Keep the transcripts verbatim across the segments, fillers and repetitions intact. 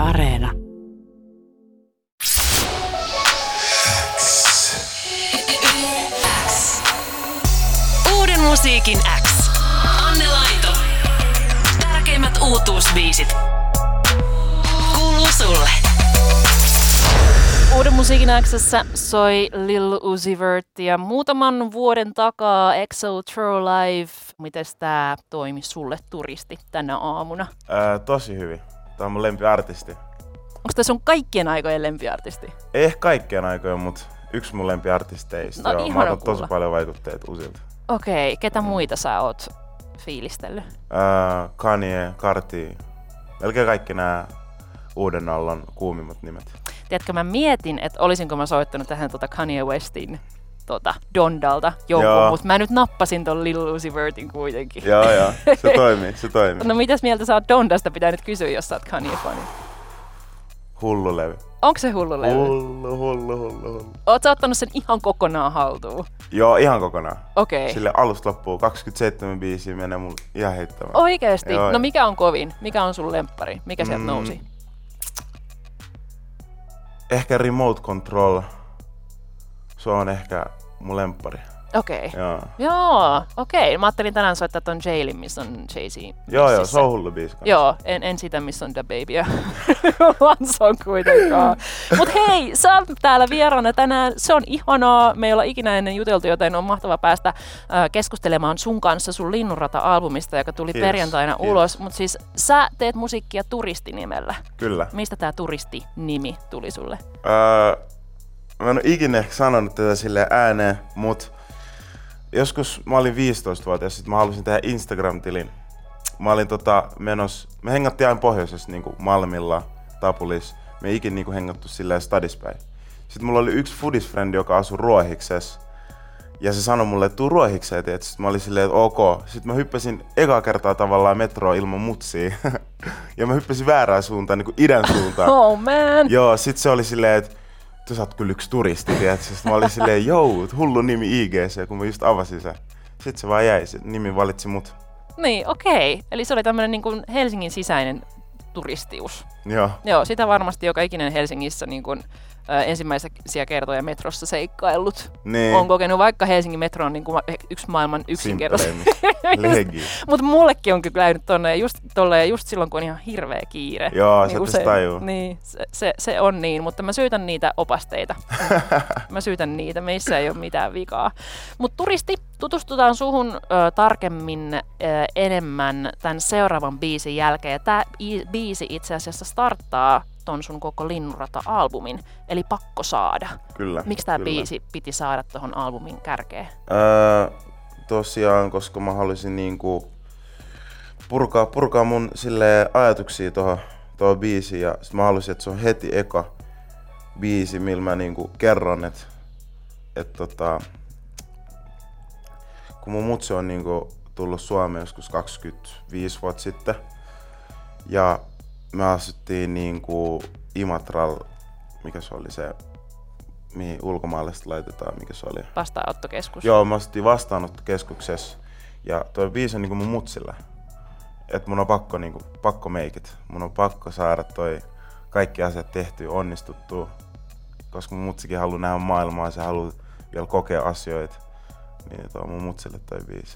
Areena. Uuden musiikin X. Anne Laito. Tärkeimmät uutuusbiisit. Kuuluu sulle. Uuden musiikin X:ssä soi Lil Uzi Vert ja muutaman vuoden takaa X O True Live. Mites tää toimi sulle turisti tänä aamuna? Ää, tosi hyvin. Tää on mun lempiartisti. Onko tää sun kaikkien aikojen lempiartisti? Ei ehkä kaikkien aikojen, mut yksi mun lempiartisteista. No, Joo, mä otan tosi paljon vaikutteita Uzilta. Okei, ketä muita sä oot fiilistellyt? Ää, Kanye, Carti. Melkein kaikki nää uuden aallon kuumimmat nimet. Tiedätkö, mä mietin, että olisinko mä soittanut tähän tota Kanye Westin tota Dondalta jonkun, mutta mä nyt nappasin ton Lil Uzi Vertin kuitenkin. Joo, joo. Se toimii, se toimii. No mitäs mieltä sä oot Dondasta? Pitää nyt kysyä, jos sä oot Kanye-fani. Hullu levy. Onko se hullu levy? Hullu, hullu, hullu, hullu. Oot sä ottanut sen ihan kokonaan haltuun? Joo, ihan kokonaan. Okei. Okay. Sille alusta loppuun kaksikymmentäseitsemän biisiä menee mulle ihan heittämään. Oikeesti? Joo, no mikä on kovin? Mikä on sun lemppari? Mikä sieltä mm. nousi? Ehkä Remote Control. Se on ehkä mun lemppari. Okei. Okay. Joo. Joo, okei. Okay. Mä ajattelin tänään soittaa ton Jailin, missä on Jay-Z. Joo, joo, se on hullu biisi kanssa. Joo, en, en sitä, missä on The Babyä. Vaan se on kuitenkaan. Mut hei, sä oot täällä vieraana tänään. Se on ihanaa. Me ei olla ikinä ennen juteltu, joten on mahtava päästä äh, keskustelemaan sun kanssa sun Linnunrata-albumista, joka tuli Kiitos, perjantaina kiitos. ulos. Mut siis sä teet musiikkia Turisti-nimellä. Kyllä. Mistä tää Turisti-nimi tuli sulle? Öö, mä en ole ikinä ehkä sanonut tätä silleen ääneen, mut joskus mä olin viisitoistavuotias, sit mä halusin tehdä Instagram-tilin. Mä olin tota menos, me hengattiin aina pohjoisessa niinku Malmilla, Tapulis. Me ei ikin niinku hengattu silleen stadispäin. Sitten mulla oli yksi foodisfrendi, joka asui Ruohiksessa. Ja se sanoi mulle, että tuu Ruohikseen, tiedät. Sitten mä olin silleen, että ok. Sitten mä hyppäsin ekaa kertaa tavallaan metroa ilman mutsia. Ja mä hyppäsin väärään suuntaan, niinku idän suuntaan. Oh man! Joo, sit se oli silleen, että tu sä oot kyllä yksi turisti, tiedätkö? Sitten mä olin silleen, jou, hullu nimi I G:ssä, kun mä just avasin sen. Sitten se vaan jäi, se nimi valitsi mut. Niin, okei. Okay. Eli se oli tämmönen niin kuin Helsingin sisäinen turistius. Joo. Joo, sitä varmasti joka ikinen Helsingissä niin kuin, ä, ensimmäisiä kertoja metrossa seikkaillut. Niin. On kokenut, vaikka Helsingin metro on niin kuin yksi maailman yksinkertaisesti. Legi. Mutta mullekin on kyllä käynyt tonne ja just, tolle, just silloin, kun on ihan hirveä kiire. Joo, niin sä et tajuu. Niin, se, se, se on niin, mutta mä syytän niitä opasteita. Mä syytän niitä, meissä ei ole mitään vikaa. Mutta turisti, tutustutaan suhun ö, tarkemmin ö, enemmän tämän seuraavan biisin jälkeen. Ja tää i- biisi itse asiassa starttaa ton sun koko Linnunrata-albumin, eli Pakko saada. Kyllä. Miksi tää kyllä. biisi piti saada tohon albumin kärkeen? Öö, tosiaan, koska mä halusin niinku purkaa, purkaa mun silleen ajatuksia tohon, tohon biisiin. Ja sit mä halusin, että se on heti eka biisi, millä mä niinku kerron, että et tota, kun mun mutsi on niinku tullut Suomeen joskus kaksikymmentäviisi vuotta sitten. Ja me asuttiin niinku Imatralla, mikä se oli se, mihin ulkomaalaiset laitetaan, mikä se oli? Vastaanottokeskus. Joo, me asuttiin vastaanottokeskuksessa ja toi biisi on niinku mun mutsille. Et mun on pakko, niinku, pakko make it. Mun on pakko saada toi kaikki asiat tehtyä, onnistuttua. Koska mun mutsikin haluaa nähdä maailmaa, se haluaa vielä kokea asioita. Niin toi on mun mutsille toi biisi.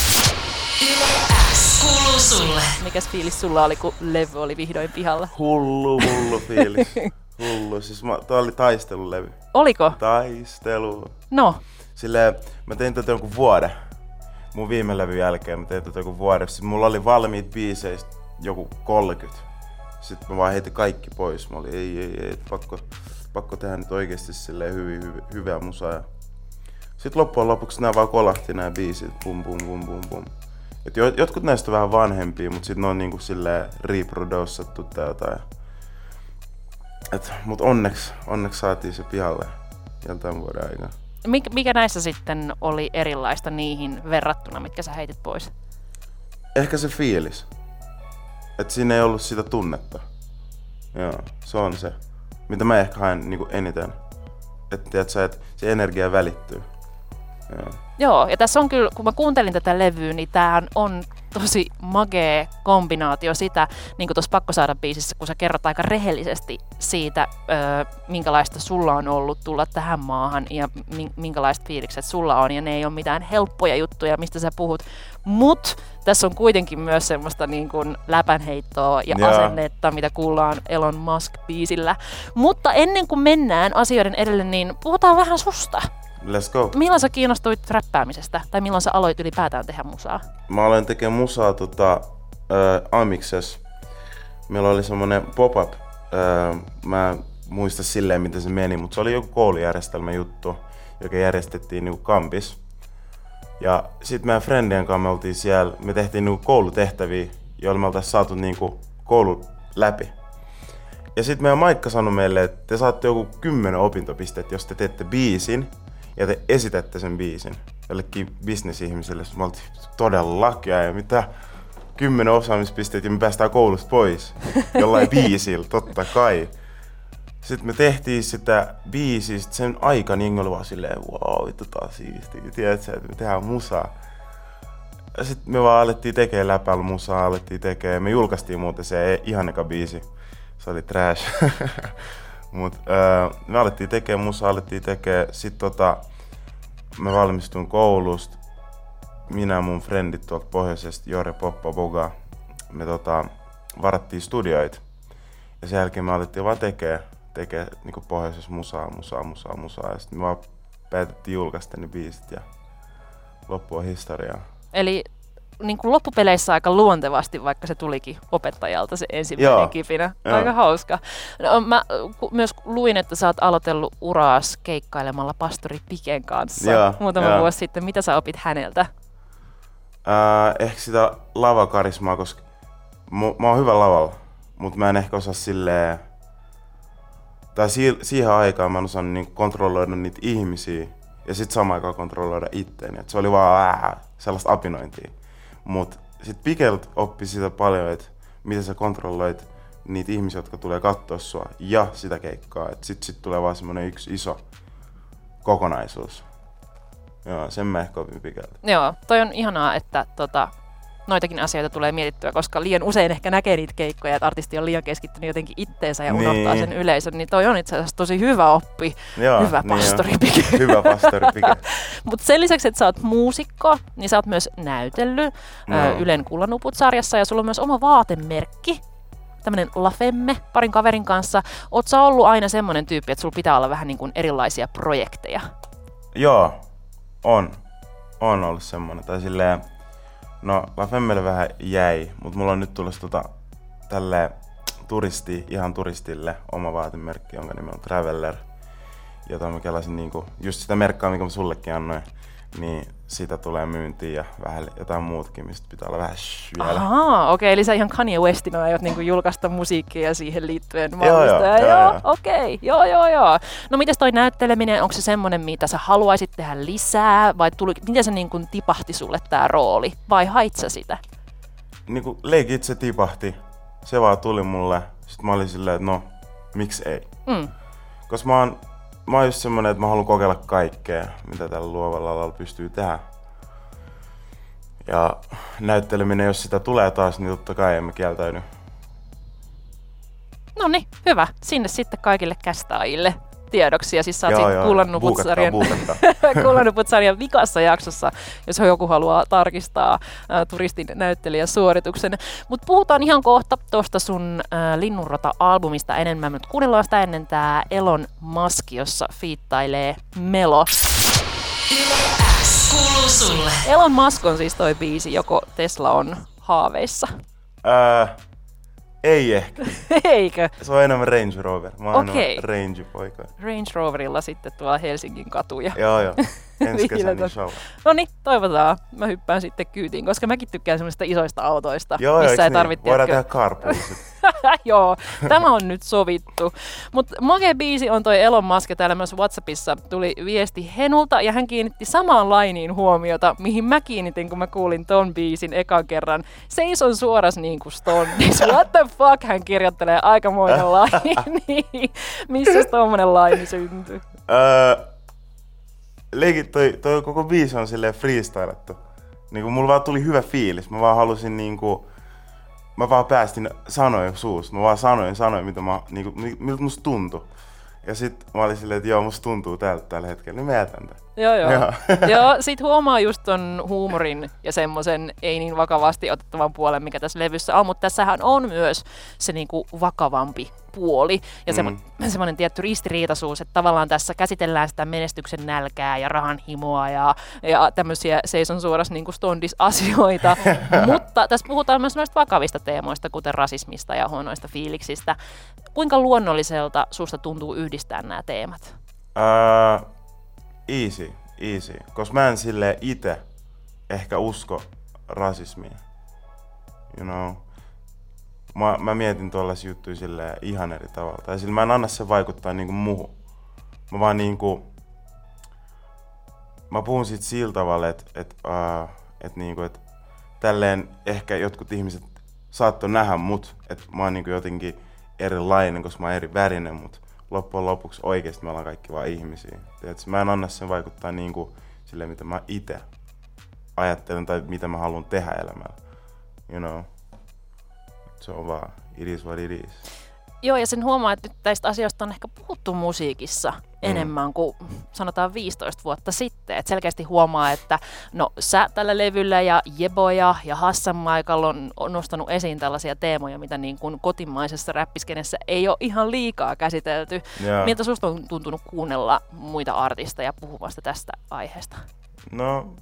Kuuluu sulle. Mikäs fiilis sulla oli, kun levy oli vihdoin pihalla? Hullu, hullu fiilis. Hullu. Siis mä, toi oli taistelulevy. Oliko? Taistelu. No. Silleen, mä tein tätä jonkun vuoden. Mun viime levyn jälkeen mä tein tätä jonkun vuoden. Sitten mulla oli valmiit biiseistä joku kolmekymmentä. Sitten mä vaan heitin kaikki pois. Mä olin, ei, ei, ei, pakko, pakko tehdä nyt oikeesti silleen hyvin, hyvin, hyvää musaa. Sitten loppujen lopuksi nää vaan kolahti nää biisit. Bum, bum, bum, bum, bum. Et jotkut näistä on vähän vanhempia, mut sit ne on niinku silleen reprodussattu tai jotain. Et, mut onneksi, onneksi saatiin se pihalle joltain vuoden aikana. Mik, mikä näissä sitten oli erilaista niihin verrattuna, mitkä sä heitit pois? Ehkä se fiilis. Et siinä ei ollut sitä tunnetta. Joo, se on se, mitä mä ehkä haen niinku eniten. Et tiedät sä, et se energia välittyy. Joo. Joo, ja tässä on kyllä, kun mä kuuntelin tätä levyä, niin tämähän on tosi magee kombinaatio sitä, niin kuin tuossa Pakko saada biisissä, kun sä kerrot aika rehellisesti siitä, öö, minkälaista sulla on ollut tulla tähän maahan ja minkälaiset fiilikset sulla on, ja ne ei ole mitään helppoja juttuja, mistä sä puhut, mut tässä on kuitenkin myös semmoista niin kuin läpänheittoa ja Jaa. asennetta, mitä kuullaan Elon Musk-biisillä. Mutta ennen kuin mennään asioiden edelle, niin puhutaan vähän susta. Let's go. Milloin sä kiinnostuit räppäämisestä? Tai milloin sä aloit ylipäätään tehdä musaa? Mä aloin tekemään musaa tota, äh, Amiksessa. Meillä oli semmonen pop-up. Äh, mä en muista silleen, miten se meni, mutta se oli joku koulujärjestelmä juttu, joka järjestettiin niinku kampis. Ja sit meidän friendien kanssa me oltiin siellä, me tehtiin niinku koulutehtäviä, joilla me oltais saatu niinku koulu läpi. Ja sit meidän Maikka sanoi meille, että te saatte joku kymmenen opintopistettä, jos te teette biisin ja te esitätte sen biisin jollekin bisnesihmiselle. Me oltiin todellakin ja mitä kymmenen osaamispistettä ja me päästään koulusta pois jollain biisillä, totta kai. Sitten me tehtiin sitä biisiä, sit sen aika niin oli vaan silleen, wow, vittu taas siistiä, tiedätkö, että me tehdään musaa. Ja sit me vaan alettiin tekee läpällä musaa, alettiin tekee, me julkaistiin muuten se ihan eka biisi, se oli trash. Mut öö, me alettiin tekee musaa, alettiin tekee, sit tota, mä valmistuin koulusta, minä ja mun frendit tuolta pohjoisesta, Jore, Poppa, Boga, me tota, varattiin studioita. Ja sen jälkeen me alettiin vaan tekee. tekee niinku pohjoisessa musaa, musaa, musaa, musaa ja sitten me vaan päätettiin julkaista ne biisit ja loppu on historiaa. Eli niin kuin loppupeleissä aika luontevasti, vaikka se tulikin opettajalta se ensimmäinen Joo. kipinä. Joo. Aika hauska. No, mä myös luin, että sä oot aloitellut uraas keikkailemalla pastori Piken kanssa Joo, muutama joo. vuosi sitten. Mitä sä opit häneltä? Ää, ehkä sitä lavakarismaa, koska mu- mä oon hyvä lavalla, mutta mä en ehkä osaa silleen tai si- siihen aikaan mä en osannut niinku kontrolloida niitä ihmisiä ja sit samaan aikaan kontrolloida itteeni. Et se oli vaan ää, sellaista apinointia. Mut sit Pikelt oppi sitä paljon, että miten sä kontrolloit niitä ihmisiä, jotka tulee kattoo sua ja sitä keikkaa. Et sit, sit tulee vaan semmonen yksi iso kokonaisuus. Joo, sen mä ehkä opin Pikeltä. Joo, toi on ihanaa, että tota, noitakin asioita tulee mietittyä, koska liian usein ehkä näkee niitä keikkoja, että artisti on liian keskittynyt jotenkin itteensä ja Niin. unohtaa sen yleisön, niin toi on itse asiassa tosi hyvä oppi. Joo, Hyvä niin pastori on. Pike. Hyvä pastori Pike. Mutta sen lisäksi, että sä oot muusikko, niin sä oot myös näytellyt No. ää, Ylen Kullanuput-sarjassa ja sulla on myös oma vaatemerkki, tämmönen La Femme, parin kaverin kanssa. Oot sä ollut aina semmonen tyyppi, että sulla pitää olla vähän niin kuin erilaisia projekteja? Joo, on. On ollut semmonen. Tai silleen, no La Femmelle vähän jäi, mut mulla on nyt tulossa tota tälleen turisti, ihan turistille oma vaatemerkki, jonka nimi on Traveller. Jota mä kelasin niinku, just sitä merkkaa, mikä mä sullekin annoin, niin sitä tulee myyntiin ja vähän jotain muutakin, mistä pitää olla vähän shh vielä. Ahaa, okei, okay, eli sä ihan Kanye Westina aiot niinku julkaista musiikkia siihen liittyen Joo, valmistaa. joo, joo, joo, joo. okei, okay, joo, joo, joo. No mites toi näytteleminen, onko se semmonen, mitä sä haluaisit tehdä lisää, vai tuli, miten se niinku tipahti sulle tää rooli, vai hait sä sitä? Niinku leikit se tipahti, se vaan tuli mulle, sit mä olin silleen, että no, miksi ei? Mm. Koska mä oon, mä oon just semmonen, että mä haluan kokeilla kaikkea, mitä tällä luovalla alalla pystyy tehdä. Ja näytteleminen, jos sitä tulee taas, niin totta kai en mä kieltäydy. No niin, hyvä. Sinne sitten kaikille kästaajille tiedoksi. Ja siis sä oot Joo, siinä joo, Kullanuput-sarjan, buukattaa, Kullanuput-sarjan vikassa jaksossa, jos joku haluaa tarkistaa ä, turistin näyttelijäsuorituksen. Mutta puhutaan ihan kohta tuosta sun ä, Linnunrata-albumista enemmän, mutta kuunnellaan sitä ennen tää Elon Musk, jossa fiittailee Melo. Kuuluu sulle. Elon Musk on siis toi biisi, joko Tesla on haaveissa. Ää, ei ehkä. Eikö? Se on enemmän Range Rover. Mä oon Okei. enemmän Range-poika. Range Roverilla sitten tuolla Helsingin katuja. Joo joo. Ensi kesän Viiletön. show. No niin, toivotaan. Mä hyppään sitten kyytiin, koska mäkin tykkään semmoista isoista autoista, Joo, missä eiks ei niin? tarvitse... Voidaan tehdä carpool sit. Joo, tämä on nyt sovittu. Mutta Make biisi on toi Elon Musk, ja täällä myös WhatsAppissa tuli viesti Henulta, ja hän kiinnitti samaan lainiin huomiota, mihin mä kiinnitin, kun mä kuulin ton biisin ekan kerran. Seison suoras niin kuin Stonnis. What the fuck, hän kirjoittelee aikamoinen laini. Missä tommonen laini syntyi? Öö, leikit, toi, toi koko biisi on silleen freestylattu. Niinku mulla vaan tuli hyvä fiilis. Mä vaan halusin niinku... Mä vaan päästin sanoja suusta. Mä vaan sanoin sanoja, mitä mä, niinku, miltä musta tuntui. Ja sit mä olin silleen, että joo, musta tuntuu tältä tällä hetkellä, niin mä jätän tän. Joo, joo. joo. joo sit huomaa just ton huumorin ja semmosen ei niin vakavasti otettavan puolen, mikä tässä levyssä on, mutta tässähän on myös se niinku vakavampi puoli ja mm. semmo- semmoinen tietty ristiriitaisuus, että tavallaan tässä käsitellään sitä menestyksen nälkää ja rahan himoa ja, ja tämmöisiä seison suorassa niinku stondis-asioita, mutta tässä puhutaan myös noista vakavista teemoista, kuten rasismista ja huonoista fiiliksistä. Kuinka luonnolliselta susta tuntuu yhdistää nämä teemat? Uh, easy, easy. Koska mä en silleen ite ehkä usko rasismiin. You know? Mä, mä mietin tuollaisia juttuja silleen ihan eri tavalla. Tai sillä mä en anna sen vaikuttaa niinku muhun. Mä vaan niinku... Mä puhun siitä sillä tavalla, että et, uh, et niinku, et tälleen ehkä jotkut ihmiset saattoi nähdä mut, että mä oon niinku jotenkin erilainen, koska mä oon eri värinen, mut loppujen lopuksi oikeesti me ollaan kaikki vaan ihmisiä. Tiedätkö, mä en anna sen vaikuttaa niinku silleen, mitä mä ite ajattelen tai mitä mä haluan tehdä elämällä. You know? Se on vaan, it is what it is. Joo, ja sen huomaa, että nyt tästä asioista on ehkä puhuttu musiikissa mm. enemmän kuin sanotaan viisitoista vuotta sitten. Et selkeästi huomaa, että no sä tällä levyllä ja Jeboja ja Hassan Michael on, on nostanut esiin tällaisia teemoja, mitä niin kuin kotimaisessa räppiskenessä ei ole ihan liikaa käsitelty. Yeah. Miltä susta on tuntunut kuunnella muita artisteja puhumasta tästä aiheesta? No,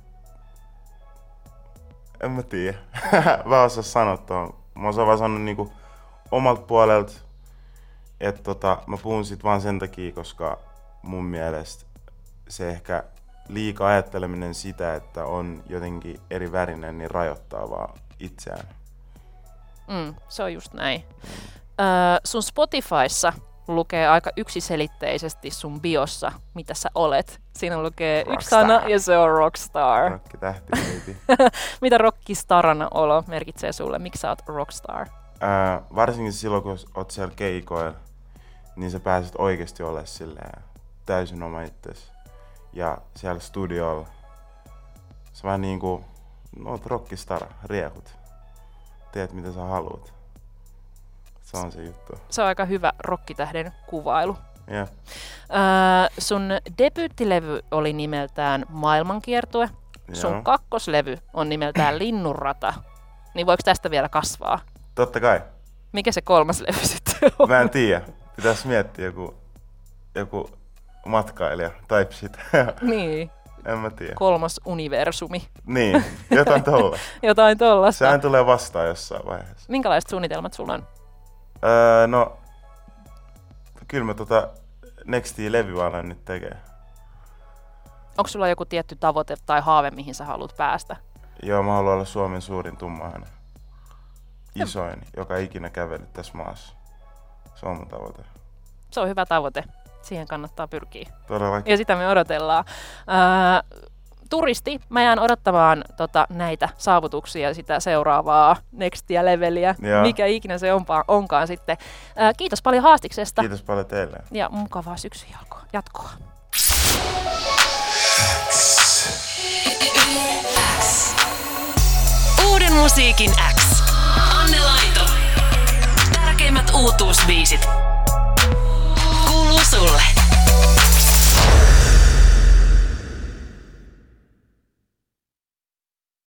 en mä tiedä. Mä osaan sanoa tuon. Mä osaan vaan sanoa niinku omalta puolelta, että tota, mä puhun sit vaan sen takia, koska mun mielestä se ehkä liika ajatteleminen sitä, että on jotenkin eri värinen, niin rajoittaa vaan itseään. Mm, se on just näin. Mm. Öö, sun Spotifyssa lukee aika yksiselitteisesti sun biossa, mitä sä olet. Siinä lukee rockstar. Yksi sana ja se on rockstar. Rokkitähti, baby. Mitä rockistarana olo merkitsee sulle? Miksi sä oot rockstar? Öö, varsinkin silloin, kun oot siellä keikoilla, niin sä pääset oikeesti olemaan silleen täysin oma itsesi. Ja siellä studiolla sä vähän niinku, no oot rockistara, riehut. Teet mitä sä haluat. Se on se juttu. Se on aika hyvä rockitähden kuvailu. Yeah. Öö, sun debyyttilevy oli nimeltään Maailmankiertue. Sun Joo. kakkoslevy on nimeltään Linnunrata. Niin voiko tästä vielä kasvaa? Totta kai. Mikä se kolmas levy sitten on? Mä en tiedä. Pitäis miettiä joku, joku matkailija type shit. Niin. En mä tiedä. Kolmas universumi. Niin, jotain tollasta. jotain tollasta. Sehän tulee vastaan jossain vaiheessa. Minkälaiset suunnitelmat sulla on? Öö, no, kyllä mä tota Nextia-levyä alan nyt tekee. Onko sulla joku tietty tavoite tai haave, mihin sä haluat päästä? Joo, mä haluan olla Suomen suurin tummahainen. Isoin, ja joka ikinä kävellyt tässä maassa. Se on mun tavoite. Se on hyvä tavoite. Siihen kannattaa pyrkiä. Todellakin. Ja sitä me odotellaan. Öö, turisti, mä jään odottamaan tota, näitä saavutuksia, sitä seuraavaa nextia leveliä, Joo. mikä ikinä se onpa, onkaan sitten. Öö, kiitos paljon haastiksesta. Kiitos paljon teille. Ja mukavaa syksyn jatkoa. Uuden musiikin X. Anne Laito. Tärkeimmät uutuusbiisit. Kuuluu sulle.